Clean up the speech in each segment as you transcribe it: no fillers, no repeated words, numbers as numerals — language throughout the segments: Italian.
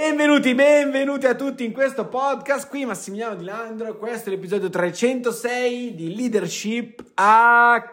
Benvenuti a tutti in questo podcast. Qui Massimiliano Di Landro, questo è l'episodio 306 di Leadership a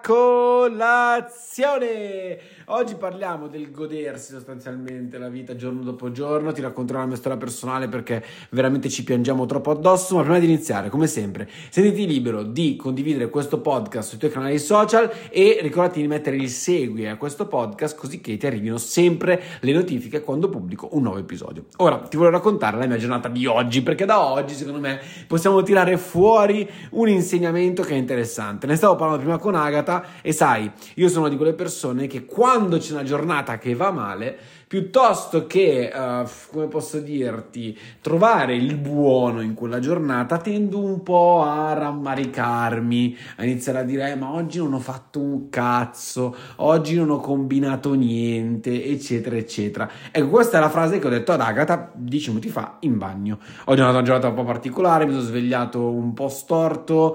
colazione. Oggi parliamo del godersi sostanzialmente la vita giorno dopo giorno. Ti racconterò la mia storia personale perché veramente ci piangiamo troppo addosso. Ma prima di iniziare, come sempre, sentiti libero di condividere questo podcast sui tuoi canali social e ricordati di mettere il segui a questo podcast così che ti arrivino sempre le notifiche quando pubblico un nuovo episodio. Ora ti voglio raccontare la mia giornata di oggi, perché da oggi secondo me possiamo tirare fuori un insegnamento che è interessante. Ne stavo parlando prima con Agata e sai, io sono di quelle persone che quando c'è una giornata che va male, piuttosto che, come posso dirti, trovare il buono in quella giornata, tendo un po' a rammaricarmi, a iniziare a dire ma oggi non ho fatto un cazzo, oggi non ho combinato niente, eccetera eccetera. Ecco, questa è la frase che ho detto ad Agata 10 minuti fa in bagno. Oggi è una giornata un po' particolare, mi sono svegliato un po' storto,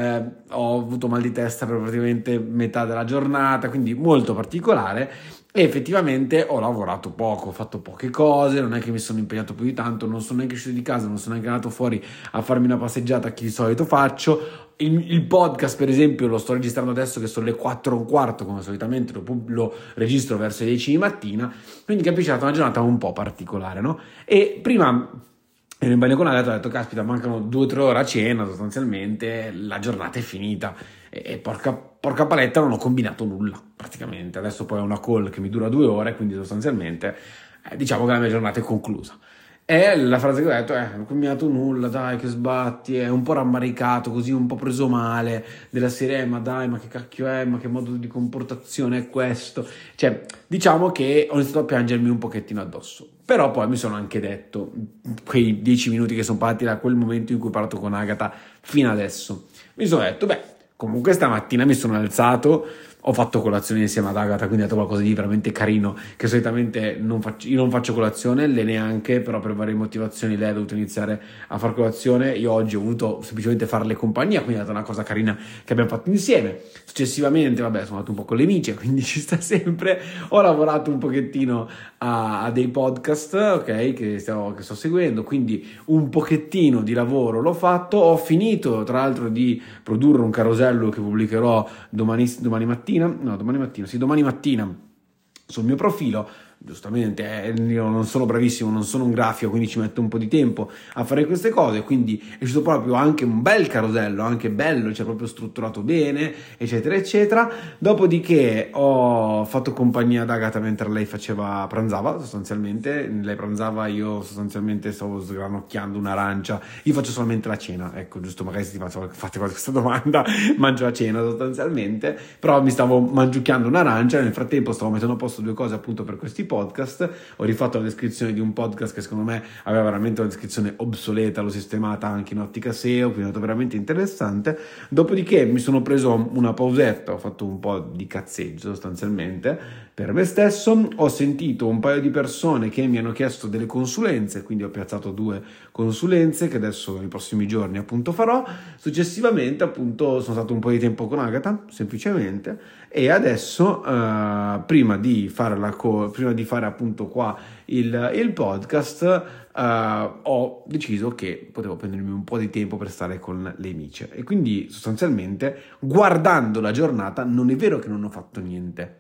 ho avuto mal di testa per praticamente metà della giornata, quindi molto particolare. E effettivamente ho lavorato poco, ho fatto poche cose, non è che mi sono impegnato più di tanto, non sono neanche uscito di casa, non sono neanche andato fuori a farmi una passeggiata che di solito faccio. Il podcast per esempio lo sto registrando adesso che sono le 4:15, come solitamente lo registro verso le 10 di mattina, quindi capisci, è stata una giornata un po' particolare, no? E prima ero in bagno con Agata, ho detto caspita, mancano 2 o 3 ore a cena, sostanzialmente la giornata è finita e porca paletta, non ho combinato nulla praticamente. Adesso poi ho una call che mi dura 2 ore, quindi sostanzialmente diciamo che la mia giornata è conclusa. E la frase che ho detto è: non ho combinato nulla, dai che sbatti, è un po' rammaricato, così un po' preso male, della serie ma dai, ma che cacchio è, ma che modo di comportazione è questo? Cioè, diciamo che ho iniziato a piangermi un pochettino addosso. Però poi mi sono anche detto, quei 10 minuti che sono passati da quel momento in cui ho parlato con Agata fino adesso, mi sono detto, comunque stamattina mi sono alzato, ho fatto colazione insieme ad Agata, quindi ho detto qualcosa di veramente carino, che solitamente io non faccio colazione, lei neanche, però per varie motivazioni lei ha dovuto iniziare a fare colazione, io oggi ho voluto semplicemente farle compagnia, quindi è stata una cosa carina che abbiamo fatto insieme. Successivamente, sono andato un po' con le amiche, quindi ci sta sempre, ho lavorato un pochettino a dei podcast, ok, che sto seguendo, quindi un pochettino di lavoro l'ho fatto, ho finito tra l'altro di produrre un carosello che pubblicherò domani mattina sul mio profilo. Giustamente io non sono bravissimo, non sono un grafico, quindi ci metto un po' di tempo a fare queste cose, quindi è uscito proprio anche un bel carosello, anche bello, cioè proprio strutturato bene, eccetera eccetera. Dopodiché ho fatto compagnia ad Agata mentre lei pranzava, sostanzialmente lei pranzava, io sostanzialmente stavo sgranocchiando un'arancia. Io faccio solamente la cena, ecco, giusto, magari se fate questa domanda, mangio la cena sostanzialmente, però mi stavo mangiucchiando un'arancia. Nel frattempo stavo mettendo a posto 2 cose appunto per questi podcast, ho rifatto la descrizione di un podcast che secondo me aveva veramente una descrizione obsoleta, l'ho sistemata anche in ottica SEO, quindi è stato veramente interessante. Dopodiché mi sono preso una pausetta, ho fatto un po' di cazzeggio sostanzialmente per me stesso, ho sentito un paio di persone che mi hanno chiesto delle consulenze, quindi ho piazzato 2 consulenze che adesso nei prossimi giorni appunto farò. Successivamente appunto sono stato un po' di tempo con Agata semplicemente, e adesso prima di fare appunto qua il podcast ho deciso che potevo prendermi un po' di tempo per stare con le amiche, e quindi sostanzialmente guardando la giornata non è vero che non ho fatto niente.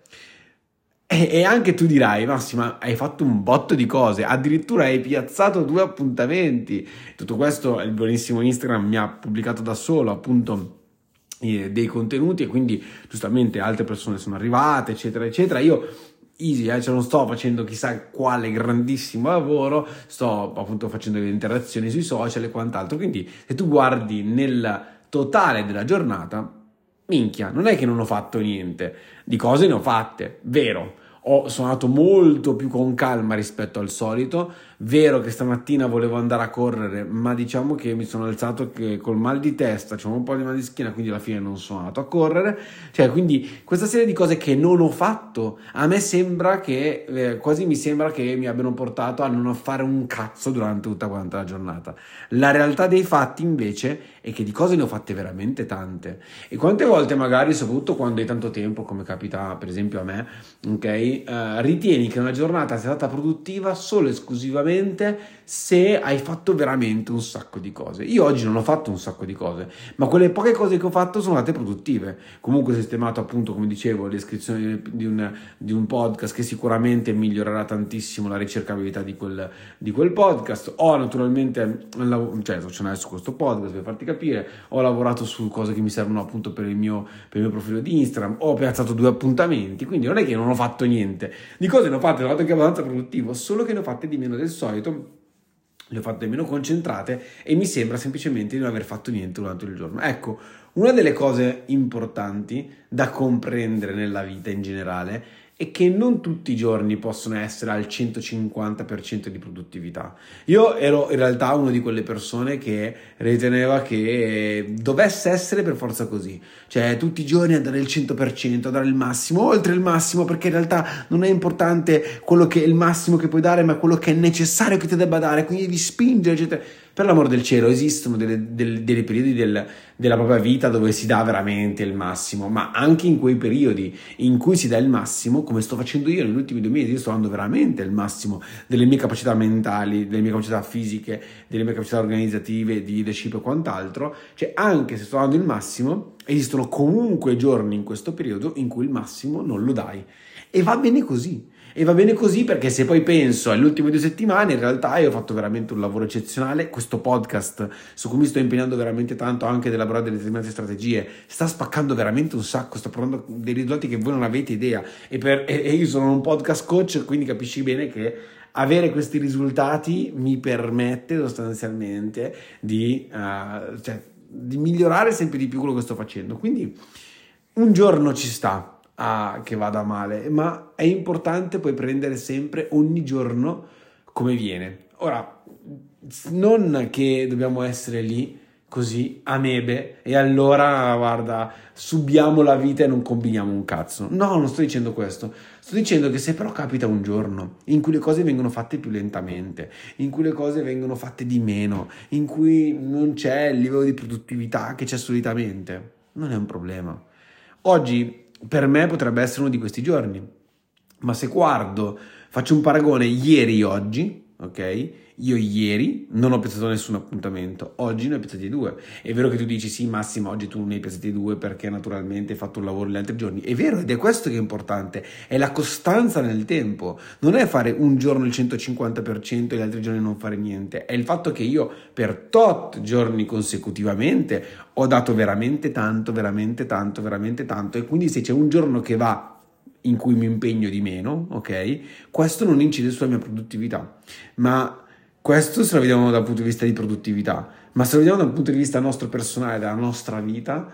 E anche tu dirai, Massima, hai fatto un botto di cose, addirittura hai piazzato 2 appuntamenti. Tutto questo il buonissimo Instagram mi ha pubblicato da solo appunto dei contenuti, e quindi giustamente altre persone sono arrivate, eccetera eccetera. Io easy, cioè non sto facendo chissà quale grandissimo lavoro, sto appunto facendo delle interazioni sui social e quant'altro. Quindi se tu guardi nel totale della giornata, minchia, non è che non ho fatto niente, di cose ne ho fatte, vero. Sono andato molto più con calma rispetto al solito. Vero che stamattina volevo andare a correre, ma diciamo che mi sono alzato che col mal di testa, c'è un po' di mal di schiena, quindi alla fine non sono andato a correre. Cioè, quindi questa serie di cose che non ho fatto, a me sembra che quasi mi sembra che mi abbiano portato a non fare un cazzo durante tutta quanta la giornata. La realtà dei fatti invece è che di cose ne ho fatte veramente tante, e quante volte magari, soprattutto quando hai tanto tempo, come capita per esempio a me, ok, poi ritieni che una giornata sia stata produttiva solo e esclusivamente se hai fatto veramente un sacco di cose. Io oggi non ho fatto un sacco di cose, ma quelle poche cose che ho fatto sono state produttive. Comunque ho sistemato, appunto, come dicevo, l'iscrizione di un podcast che sicuramente migliorerà tantissimo la ricercabilità di quel podcast. Ho naturalmente sto su questo podcast per farti capire, ho lavorato su cose che mi servono appunto per il mio profilo di Instagram, ho piazzato 2 appuntamenti, quindi non è che non ho fatto niente, di cose ne ho fatte anche abbastanza produttivo, solo che ne ho fatte di meno del solito, le ho fatte meno concentrate e mi sembra semplicemente di non aver fatto niente durante il giorno. Ecco, una delle cose importanti da comprendere nella vita in generale è che non tutti i giorni possono essere al 150% di produttività. Io ero in realtà una di quelle persone che riteneva che dovesse essere per forza così, cioè tutti i giorni andare il 100%, dare il massimo, oltre il massimo, perché in realtà non è importante quello che è il massimo che puoi dare, ma quello che è necessario che ti debba dare, quindi devi spingere, eccetera. Per l'amor del cielo, esistono dei periodi della propria vita dove si dà veramente il massimo, ma anche in quei periodi in cui si dà il massimo, come sto facendo io negli ultimi 2 mesi, io sto dando veramente il massimo delle mie capacità mentali, delle mie capacità fisiche, delle mie capacità organizzative, di leadership e quant'altro. Cioè, anche se sto dando il massimo, esistono comunque giorni in questo periodo in cui il massimo non lo dai. E va bene così. E va bene così, perché se poi penso alle ultime 2 settimane, in realtà io ho fatto veramente un lavoro eccezionale. Questo podcast, su cui mi sto impegnando veramente tanto, anche ad elaborare delle determinate strategie, sta spaccando veramente un sacco, sta provando dei risultati che voi non avete idea. E io sono un podcast coach, quindi capisci bene che avere questi risultati mi permette sostanzialmente di migliorare sempre di più quello che sto facendo. Quindi un giorno ci sta che vada male, ma è importante poi prendere sempre ogni giorno come viene. Ora, non che dobbiamo essere lì così amebe e allora guarda, subiamo la vita e non combiniamo un cazzo. No, non sto dicendo questo. Sto dicendo che se però capita un giorno in cui le cose vengono fatte più lentamente, in cui le cose vengono fatte di meno, in cui non c'è il livello di produttività che c'è solitamente, non è un problema. Oggi per me potrebbe essere uno di questi giorni, ma se faccio un paragone ieri-oggi, ok? Io ieri non ho piazzato nessun appuntamento, oggi ne ho piazzati 2. È vero che tu dici sì Massimo, oggi tu non ne hai piazzati 2 perché naturalmente hai fatto un lavoro gli altri giorni. È vero, ed è questo che è importante, è la costanza nel tempo. Non è fare un giorno il 150% e gli altri giorni non fare niente, è il fatto che io per tot giorni consecutivamente ho dato veramente tanto, veramente tanto, veramente tanto, e quindi se c'è un giorno che va in cui mi impegno di meno, ok? Questo non incide sulla mia produttività, ma questo se lo vediamo dal punto di vista di produttività, ma se lo vediamo dal punto di vista nostro personale, della nostra vita,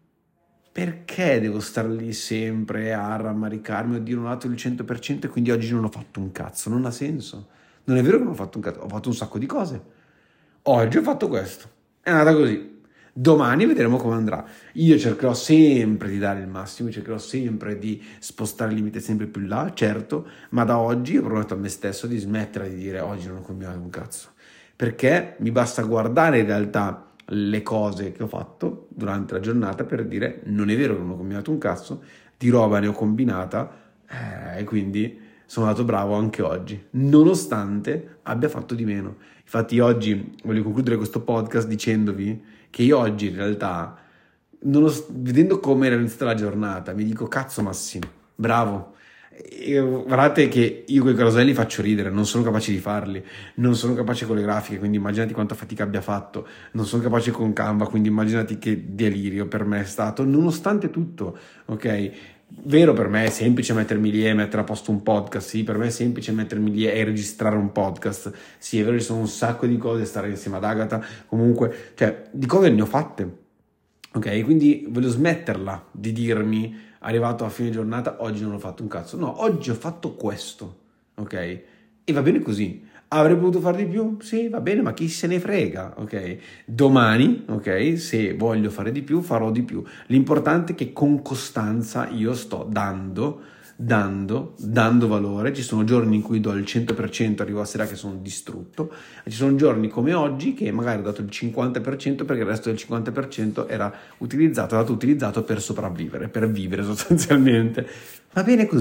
perché devo star lì sempre a rammaricarmi o dire non ho dato il 100% e quindi oggi non ho fatto un cazzo? Non ha senso. Non è vero che non ho fatto un cazzo, ho fatto un sacco di cose. Oggi ho fatto questo, è andata così. Domani vedremo come andrà. Io cercherò sempre di dare il massimo, cercherò sempre di spostare il limite sempre più in là, certo, ma da oggi ho provato a me stesso di smettere di dire oggi non ho combinato un cazzo, perché mi basta guardare in realtà le cose che ho fatto durante la giornata per dire non è vero che non ho combinato un cazzo, di roba ne ho combinata e quindi sono andato bravo anche oggi, nonostante abbia fatto di meno. Infatti oggi voglio concludere questo podcast dicendovi che io oggi in realtà, vedendo come era iniziata la giornata, mi dico cazzo Massimo, bravo. E guardate che io quei caroselli faccio ridere, non sono capace di farli, non sono capace con le grafiche, quindi immaginati quanta fatica abbia fatto, non sono capace con Canva, quindi immaginati che delirio per me è stato, nonostante tutto, ok? Vero, per me è semplice mettermi lì e mettere a posto un podcast, sì, per me è semplice mettermi lì e registrare un podcast, sì, è vero, ci sono un sacco di cose, stare insieme ad Agata, comunque, cioè, di cose ne ho fatte, ok? Quindi voglio smetterla di dirmi, arrivato a fine giornata, oggi non ho fatto un cazzo, no, oggi ho fatto questo, ok? E va bene così. Avrei potuto fare di più? Sì, va bene, ma chi se ne frega, ok? Domani, ok, se voglio fare di più, farò di più. L'importante è che con costanza io sto dando valore. Ci sono giorni in cui do il 100%, arrivo a sera che sono distrutto, e ci sono giorni come oggi che magari ho dato il 50% perché il resto del 50% era stato utilizzato per sopravvivere, per vivere sostanzialmente. Va bene così.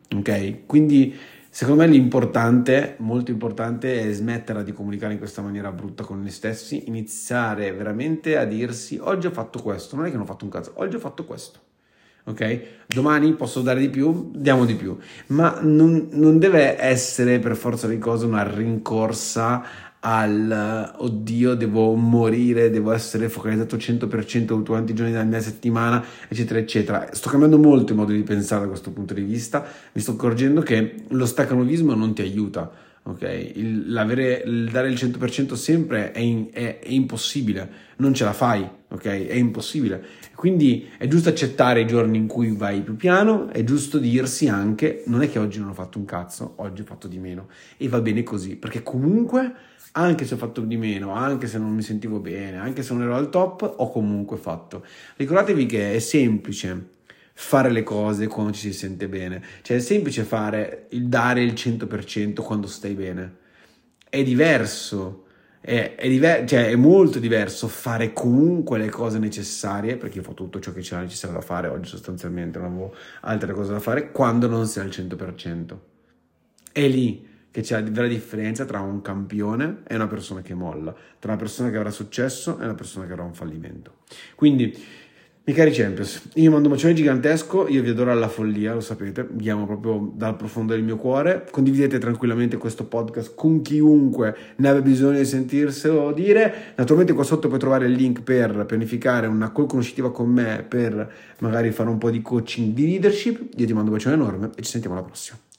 ok? Quindi secondo me l'importante, molto importante, è smetterla di comunicare in questa maniera brutta con noi stessi, iniziare veramente a dirsi: oggi ho fatto questo, non è che non ho fatto un cazzo, oggi ho fatto questo, ok? Domani posso dare di più, diamo di più, ma non deve essere per forza di cose una rincorsa al oddio, devo morire, devo essere focalizzato 100% tutti i giorni della mia settimana, eccetera eccetera. Sto cambiando molto il modo di pensare da questo punto di vista, mi sto accorgendo che lo staccanovismo non ti aiuta, ok? Il dare il 100% sempre è impossibile, non ce la fai, ok? È impossibile. Quindi è giusto accettare i giorni in cui vai più piano, è giusto dirsi anche: non è che oggi non ho fatto un cazzo, oggi ho fatto di meno, e va bene così, perché comunque, anche se ho fatto di meno, anche se non mi sentivo bene, anche se non ero al top, ho comunque fatto. Ricordatevi che è semplice fare le cose quando ci si sente bene, cioè è semplice dare il 100% quando stai bene. È diverso, cioè è molto diverso fare comunque le cose necessarie, perché io ho tutto ciò che c'era necessario da fare oggi, sostanzialmente non avevo altre cose da fare, quando non sei al 100%. È lì che c'è la vera differenza tra un campione e una persona che molla, tra una persona che avrà successo e una persona che avrà un fallimento. Quindi, miei cari Champions, io mando un bacione gigantesco, io vi adoro alla follia, lo sapete, vi amo proprio dal profondo del mio cuore. Condividete tranquillamente questo podcast con chiunque ne abbia bisogno di sentirselo dire. Naturalmente qua sotto puoi trovare il link per pianificare una call conoscitiva con me, per magari fare un po' di coaching di leadership. Io ti mando un bacione enorme e ci sentiamo alla prossima.